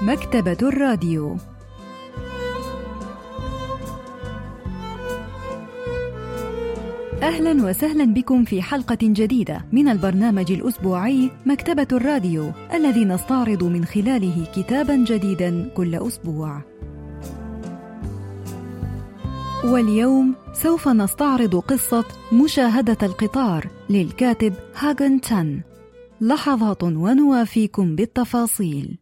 مكتبة الراديو. أهلا وسهلا بكم في حلقة جديدة من البرنامج الأسبوعي مكتبة الراديو، الذي نستعرض من خلاله كتابا جديدا كل أسبوع. واليوم سوف نستعرض قصة مشاهدة القطار للكاتب هاغن تان. لحظات ونوافيكم بالتفاصيل.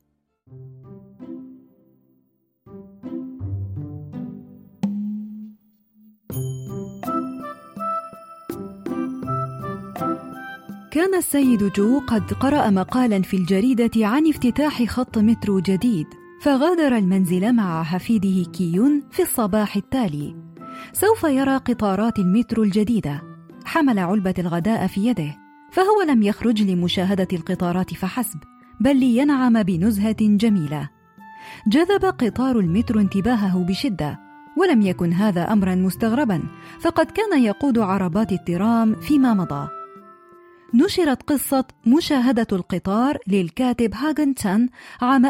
كان السيد جو قد قرأ مقالا في الجريدة عن افتتاح خط مترو جديد، فغادر المنزل مع حفيده كيون في الصباح التالي. سوف يرى قطارات المترو الجديدة. حمل علبة الغداء في يده، فهو لم يخرج لمشاهدة القطارات فحسب، بل لينعم بنزهة جميلة. جذب قطار المترو انتباهه بشدة، ولم يكن هذا أمرا مستغربا، فقد كان يقود عربات الترام فيما مضى. نشرت قصة مشاهدة القطار للكاتب هاغن تان عام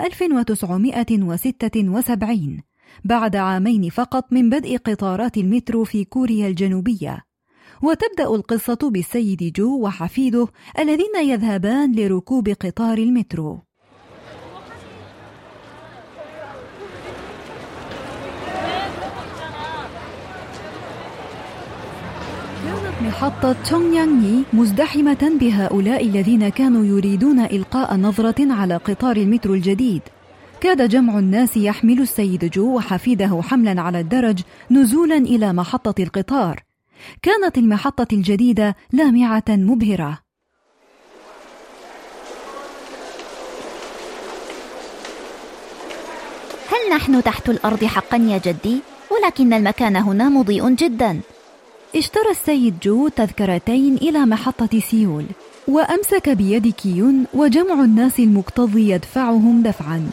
1976، بعد عامين فقط من بدء قطارات المترو في كوريا الجنوبية. وتبدأ القصة بالسيد جو وحفيده الذين يذهبان لركوب قطار المترو. محطة تشونغيانغي مزدحمة بهؤلاء الذين كانوا يريدون إلقاء نظرة على قطار المترو الجديد. كاد جمع الناس يحمل السيد جو وحفيده حملا على الدرج نزولا إلى محطة القطار. كانت المحطة الجديدة لامعة مبهرة. هل نحن تحت الأرض حقا يا جدي؟ ولكن المكان هنا مضيء جدا. اشترى السيد جو تذكرتين إلى محطة سيول، وأمسك بيد كيون وجمع الناس المكتظ يدفعهم دفعا.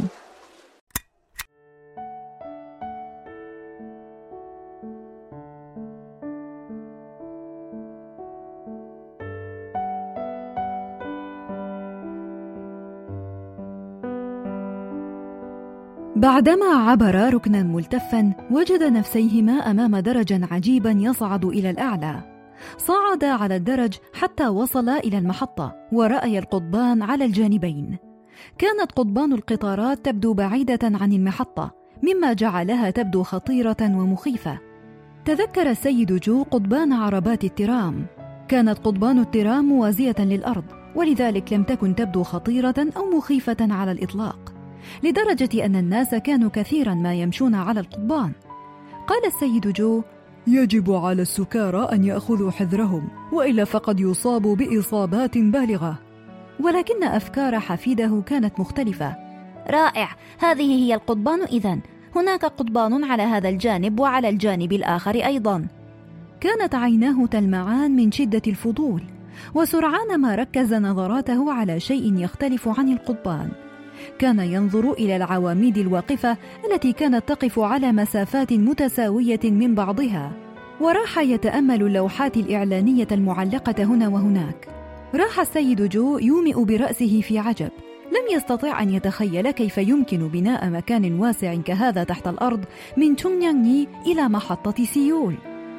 بعدما عبر ركنا ملتفا، وجد نفسيهما أمام درجا عجيبا يصعد إلى الأعلى. صعد على الدرج حتى وصل إلى المحطة، ورأي القضبان على الجانبين. كانت قضبان القطارات تبدو بعيدة عن المحطة، مما جعلها تبدو خطيرة ومخيفة. تذكر السيد جو قضبان عربات الترام. كانت قضبان الترام موازية للأرض، ولذلك لم تكن تبدو خطيرة أو مخيفة على الإطلاق، لدرجة أن الناس كانوا كثيرا ما يمشون على القضبان. قال السيد جو: يجب على السكارى أن يأخذوا حذرهم، وإلا فقد يصابوا بإصابات بالغة. ولكن أفكار حفيده كانت مختلفة. رائع، هذه هي القضبان إذن. هناك قضبان على هذا الجانب وعلى الجانب الآخر أيضا. كانت عيناه تلمعان من شدة الفضول، وسرعان ما ركز نظراته على شيء يختلف عن القضبان. كان ينظر إلى العواميد الواقفة التي كانت تقف على مسافات متساوية من بعضها، وراح يتأمل اللوحات الإعلانية المعلقة هنا وهناك. راح السيد جو يومئ برأسه في عجب. لم يستطع أن يتخيل كيف يمكن بناء مكان واسع كهذا تحت الأرض من تشونغيانغي إلى محطة سيول.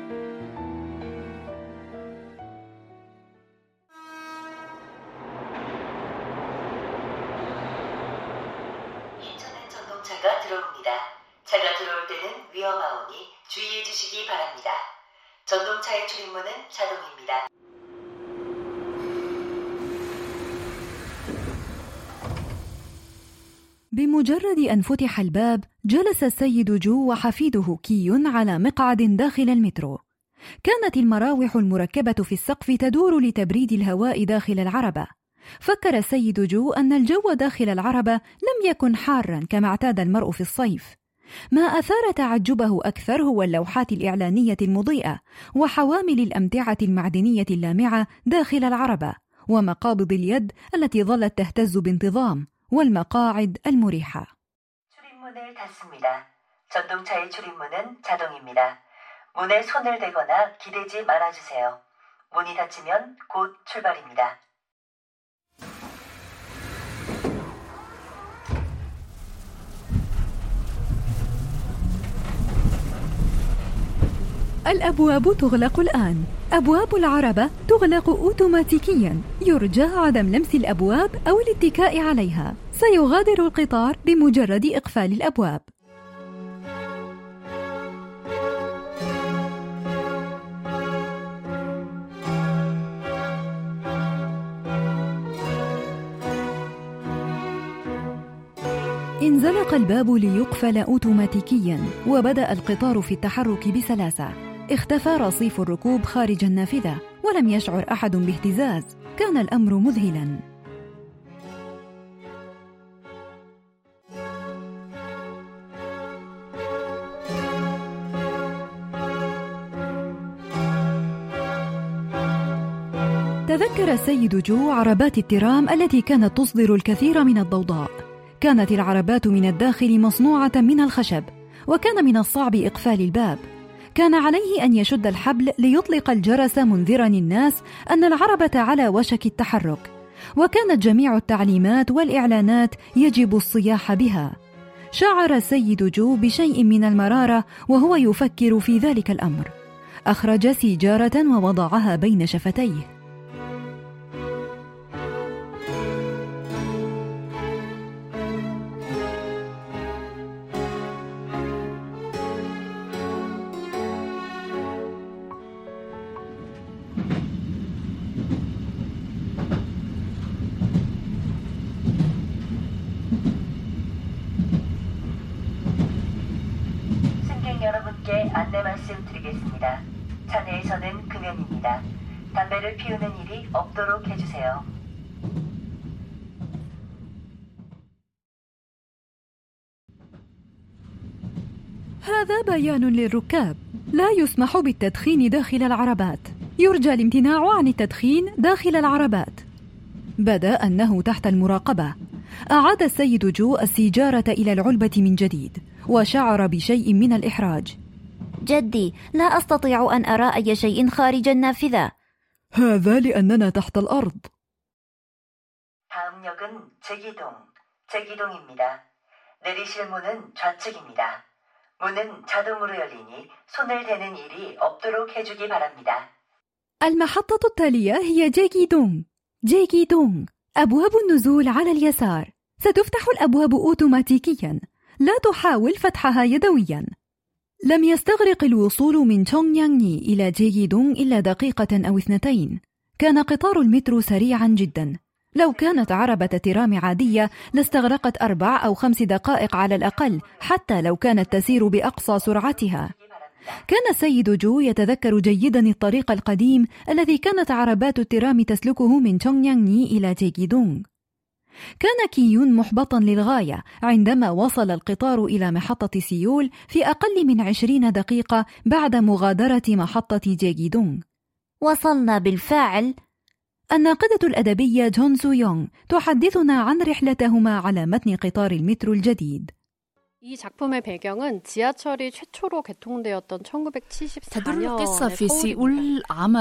차가 들어올 때는 위험하오니 주의해 주시기 바랍니다. 전동차의 출입문은 자동입니다. بمجرد أن فتح الباب، جلس السيد جو وحفيده كيون على مقعد داخل المترو. كانت المراوح المركبة في السقف تدور لتبريد الهواء داخل العربة. فكر السيد جو أن الجو داخل العربة لم يكن حارا كما اعتاد المرء في الصيف. ما أثار تعجبه أكثر هو اللوحات الإعلانية المضيئة، وحوامل الأمتعة المعدنية اللامعة داخل العربة، ومقابض اليد التي ظلت تهتز بانتظام، والمقاعد المريحة. 출입문을 닫습니다. 전동차의 출입문은 자동입니다. 문에 손을 대거나 기대지 말아주세요. 문이 닫히면 곧 출발입니다. الأبواب تغلق الآن. أبواب العربة تغلق أوتوماتيكيا. يرجى عدم لمس الأبواب أو الاتكاء عليها. سيغادر القطار بمجرد إقفال الأبواب. انزلق الباب ليقفل أوتوماتيكيا، وبدأ القطار في التحرك بسلاسة. اختفى رصيف الركوب خارج النافذة، ولم يشعر أحد باهتزاز. كان الأمر مذهلا. تذكر السيد جو عربات الترام التي كانت تصدر الكثير من الضوضاء. كانت العربات من الداخل مصنوعة من الخشب، وكان من الصعب إقفال الباب. كان عليه أن يشد الحبل ليطلق الجرس منذرا الناس أن العربة على وشك التحرك، وكانت جميع التعليمات والإعلانات يجب الصياح بها. شعر السيد جو بشيء من المرارة وهو يفكر في ذلك الأمر. أخرج سيجارة ووضعها بين شفتيه. 여러분께 안내 말씀드리겠습니다. 차내에서는 금연입니다. 담배를 피우는 일이 없도록 해주세요. هذا بيان للركاب. لا يسمح بالتدخين داخل العربات. يرجى الامتناع عن التدخين داخل العربات. بدا أنه تحت المراقبة. أعاد السيد جو السيجارة إلى العلبة من جديد، وشعر بشيء من الإحراج. جدي، لا أستطيع أن أرى أي شيء خارج النافذة. هذا لأننا تحت الأرض. 다음 역은 제기동입니다. 내리실 문은 좌측입니다. 문은 자동으로 열리니 손을 대는 일이 없도록 해주기 바랍니다. المحطة التالية هي جيجيدونغ. أبواب النزول على اليسار. ستفتح الأبواب أوتوماتيكيا. لا تحاول فتحها يدويا. لم يستغرق الوصول من تشونغيانغني إلى جيجيدونغ إلا دقيقة أو 2. كان قطار المترو سريعا جدا. لو كانت عربة ترام عادية لاستغرقت 4 أو 5 دقائق على الأقل، حتى لو كانت تسير بأقصى سرعتها. كان السيد جو يتذكر جيدا الطريق القديم الذي كانت عربات الترام تسلكه من تشونغيانغني إلى جيجيدونغ. كان كيون محبطا للغاية عندما وصل القطار إلى محطة سيول في أقل من 20 دقيقة بعد مغادرة محطة جيجيدونغ. وصلنا بالفعل. الناقدة الأدبية جون سو يونغ تحدثنا عن رحلتهما على متن قطار المترو الجديد. 이 작품의 배경은 지하철이 최초로 개통되었던 1974년. تدور القصة في سيول عام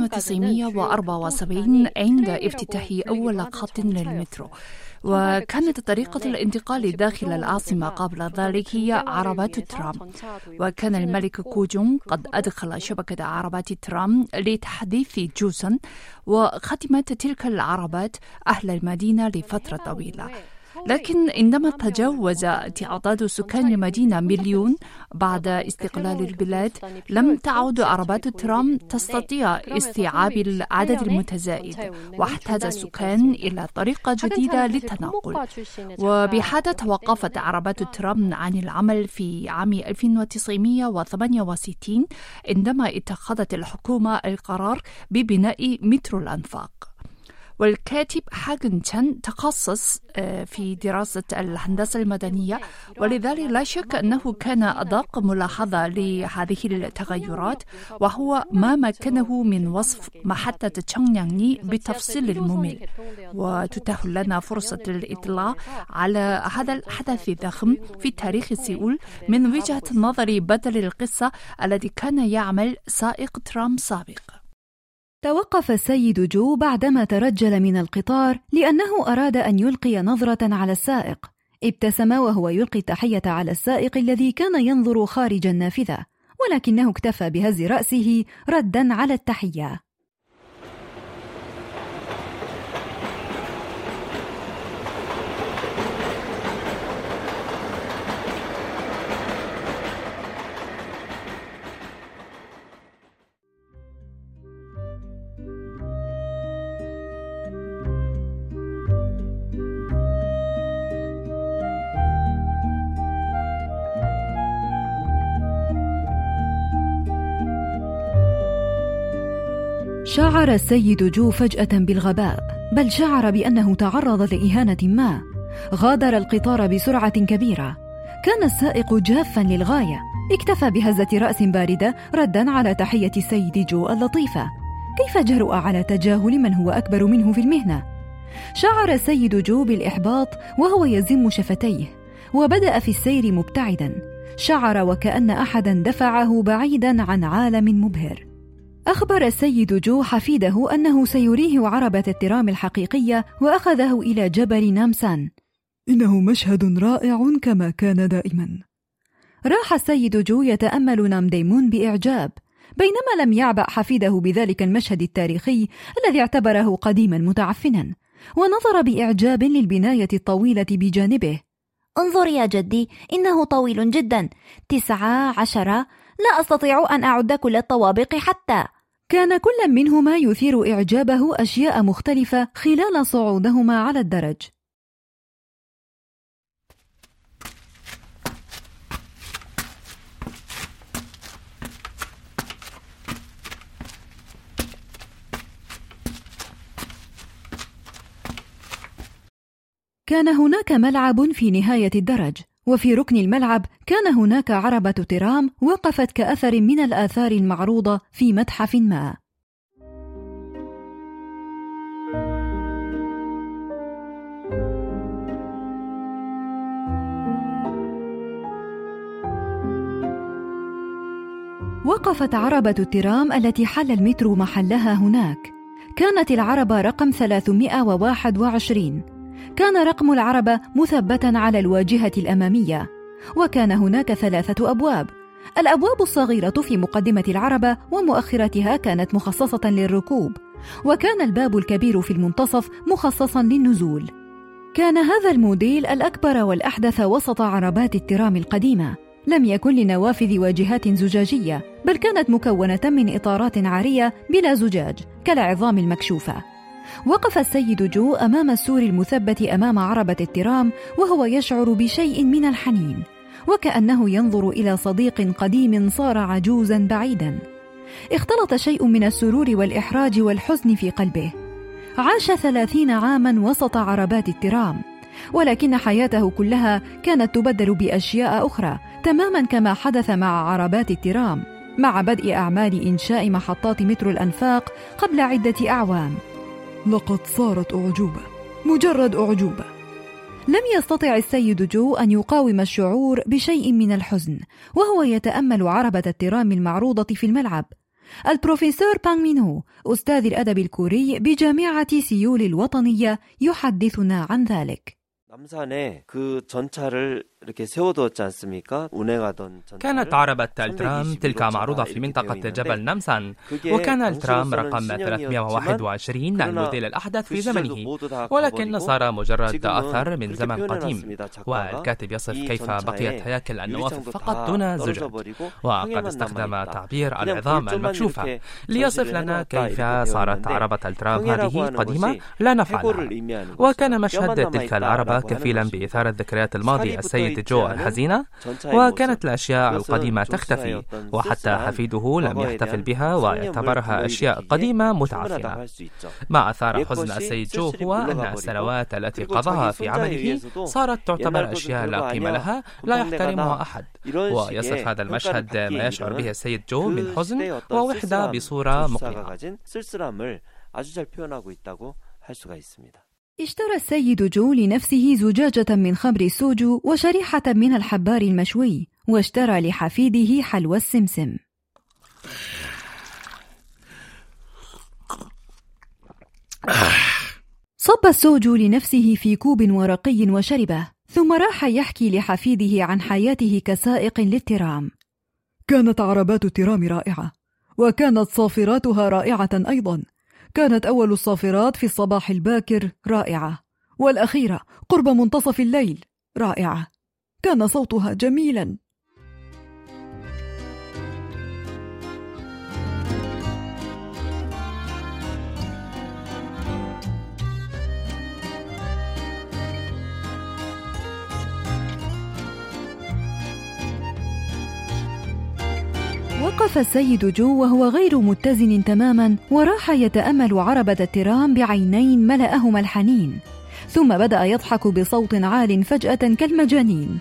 1974 عند افتتاح أول خط للمترو، وكانت طريقة الانتقال داخل العاصمة قبل ذلك هي عربات الترام. وكان الملك كوجونغ قد أدخل شبكة عربات الترام لتحديث جوسن، وخدمت تلك العربات أهل المدينة لفترة طويلة. لكن عندما تجاوز تعداد سكان المدينة 1,000,000 بعد استقلال البلاد، لم تعد عربات الترام تستطيع استيعاب العدد المتزايد، واحتاج السكان إلى طريقة جديدة للتنقل. وبهذا توقفت عربات الترام عن العمل في عام 1968 عندما اتخذت الحكومة القرار ببناء مترو الأنفاق. والكاتب هاغن تشان تخصص في دراسة الهندسة المدنية، ولذلك لا شك أنه كان أدق ملاحظة لهذه التغيرات، وهو ما مكنه من وصف محطة تشونغيانغني بتفصيل الممل، وتتاح لنا فرصة الإطلاع على هذا الحدث الضخم في تاريخ سيول من وجهة نظر بطل القصة الذي كان يعمل سائق ترام سابق. توقف السيد جو بعدما ترجل من القطار لأنه أراد أن يلقي نظرة على السائق. ابتسم وهو يلقي التحية على السائق الذي كان ينظر خارج النافذة، ولكنه اكتفى بهز رأسه ردا على التحية. شعر السيد جو فجأة بالغباء، بل شعر بأنه تعرض لإهانة ما. غادر القطار بسرعة كبيرة. كان السائق جافا للغاية، اكتفى بهزة رأس باردة ردا على تحية السيد جو اللطيفة. كيف جرؤ على تجاهل من هو أكبر منه في المهنة؟ شعر السيد جو بالإحباط وهو يزم شفتيه، وبدأ في السير مبتعدا. شعر وكأن أحدا دفعه بعيدا عن عالم مبهر. أخبر السيد جو حفيده أنه سيريه عربة الترام الحقيقية، وأخذه إلى جبل نامسان. إنه مشهد رائع كما كان دائما. راح السيد جو يتأمل نامديمون بإعجاب، بينما لم يعبأ حفيده بذلك المشهد التاريخي الذي اعتبره قديما متعفنا، ونظر بإعجاب للبناية الطويلة بجانبه. انظر يا جدي، إنه طويل جدا، 19، لا أستطيع أن أعد كل الطوابق حتى. كان كل منهما يثير إعجابه أشياء مختلفة خلال صعودهما على الدرج. كان هناك ملعب في نهاية الدرج، وفي ركن الملعب كان هناك عربة ترام وقفت كأثر من الآثار المعروضة في متحف ما. وقفت عربة الترام التي حل المترو محلها هناك. كانت العربة رقم 321. كان رقم العربة مثبتا على الواجهة الأمامية، وكان هناك 3 أبواب. الأبواب الصغيرة في مقدمة العربة ومؤخرتها كانت مخصصة للركوب، وكان الباب الكبير في المنتصف مخصصا للنزول. كان هذا الموديل الأكبر والأحدث وسط عربات الترام القديمة. لم يكن لنوافذ واجهات زجاجية، بل كانت مكونة من إطارات عارية بلا زجاج كالعظام المكشوفة. وقف السيد جو أمام السور المثبت أمام عربة الترام وهو يشعر بشيء من الحنين، وكأنه ينظر إلى صديق قديم صار عجوزا بعيدا. اختلط شيء من السرور والإحراج والحزن في قلبه. عاش 30 عاما وسط عربات الترام، ولكن حياته كلها كانت تبدل بأشياء أخرى، تماما كما حدث مع عربات الترام مع بدء أعمال إنشاء محطات مترو الأنفاق قبل عدة أعوام. لقد صارت أعجوبة، مجرد أعجوبة. لم يستطع السيد جو أن يقاوم الشعور بشيء من الحزن وهو يتأمل عربة الترام المعروضة في الملعب. البروفيسور بانغ مينهو أستاذ الأدب الكوري بجامعة سيول الوطنية يحدثنا عن ذلك. 남산에 그 전차를 이렇게 세워두었지 않습니까? 운행하던 전차. كانت عربة الترام تلك معروضة في منطقة جبل نامسان، وكان الترام رقم 321 الموديل الأحدث في زمنه، ولكن صار مجرد أثر من زمن قديم. والكاتب يصف كيف بقيت هياكل النوافذ فقط دون زجاج، وقد استخدم تعبير العظام المكشوفة ليصف لنا كيف صارت عربة الترام هذه قديمة لا نفعلها. وكان مشهد تلك العربة كفيلا بإثارة ذكريات الماضي السيد جو الحزينة، وكانت الأشياء القديمة تختفي، وحتى حفيده لم يحتفل بها واعتبرها أشياء قديمة متعفنة. ما أثار حزن السيد جو هو أن السنوات التي قضاها في عمله صارت تعتبر أشياء لا قيمة لها لا يحترمها أحد. ويصف هذا المشهد ما يشعر به السيد جو من حزن ووحدة بصورة مقنعة. اشترى السيد جو لنفسه زجاجة من خمر السوجو وشريحة من الحبار المشوي، واشترى لحفيده حلوى السمسم. صب السوجو لنفسه في كوب ورقي وشربه، ثم راح يحكي لحفيده عن حياته كسائق للترام. كانت عربات الترام رائعة، وكانت صافراتها رائعة أيضا. كانت أول الصافرات في الصباح الباكر رائعة، والأخيرة قرب منتصف الليل رائعة. كان صوتها جميلا. وقف السيد جو وهو غير متزن تماما، وراح يتأمل عربة الترام بعينين ملأهما الحنين، ثم بدأ يضحك بصوت عال فجأة كالمجانين.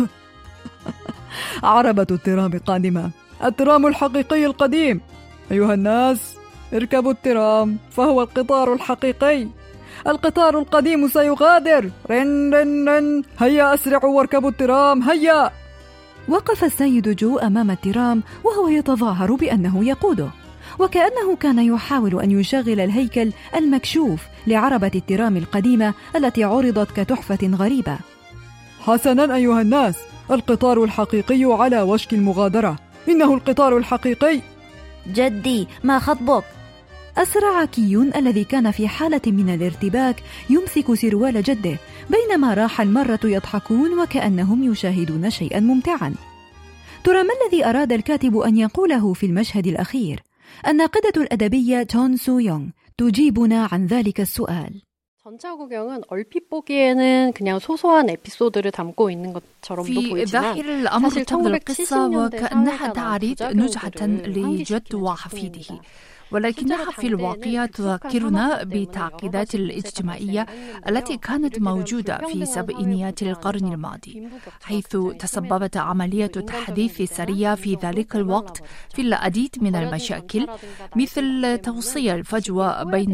عربة الترام قادمة، الترام الحقيقي القديم. أيها الناس، اركبوا الترام، فهو القطار الحقيقي. القطار القديم سيغادر. رن رن رن، هيا أسرعوا واركبوا الترام، هيا. وقف السيد جو أمام الترام وهو يتظاهر بأنه يقوده، وكأنه كان يحاول أن يشغل الهيكل المكشوف لعربة الترام القديمة التي عرضت كتحفة غريبة. حسنا أيها الناس، القطار الحقيقي على وشك المغادرة. إنه القطار الحقيقي. جدي، ما خطبك؟ أسرع كيون الذي كان في حالة من الارتباك يمسك سروال جده، بينما راح المرة يضحكون وكأنهم يشاهدون شيئا ممتعا. ترى ما الذي أراد الكاتب أن يقوله في المشهد الأخير؟ الناقدة الأدبية تون سو يونغ تجيبنا عن ذلك السؤال. 전차 구경은 얼핏 보기에는 그냥 소소한 에피소드를 담고 있는 것처럼도 في ظاهر الأمر تبدو القصة وكأنها تعرض نزهة لجد وحفيده، ولكنها في الواقع تذكرنا بالتعقيدات الاجتماعية التي كانت موجودة في سبعينيات القرن الماضي، حيث تسببت عملية التحديث السريع في ذلك الوقت في العديد من المشاكل، مثل توسيع الفجوة بين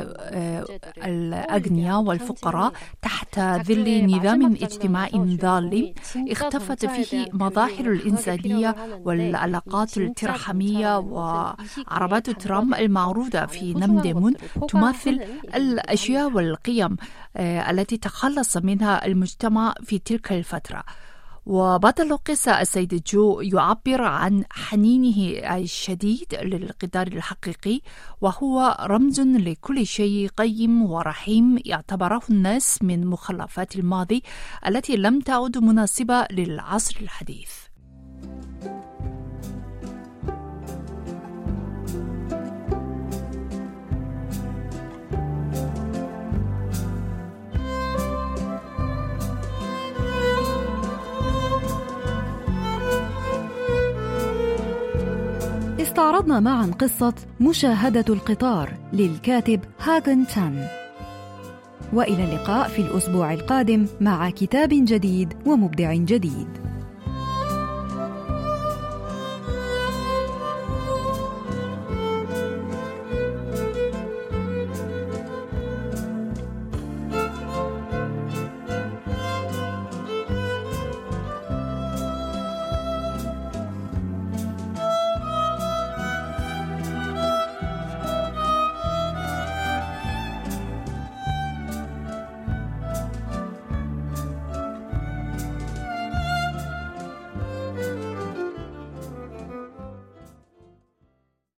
الأغنياء والفقراء تحت ظل نظام اجتماعي ظالم اختفت فيه مظاهر الإنسانية والعلاقات الترحمية. وعربات الترام المعروضة في نمدمون تمثل الأشياء والقيم التي تخلص منها المجتمع في تلك الفترة. وبطل القصة السيد جو يعبر عن حنينه الشديد للقطار الحقيقي، وهو رمز لكل شيء قيم ورحيم يعتبره الناس من مخلفات الماضي التي لم تعد مناسبة للعصر الحديث. استعرضنا معا قصة مشاهدة القطار للكاتب هاغن تان، وإلى اللقاء في الأسبوع القادم مع كتاب جديد ومبدع جديد.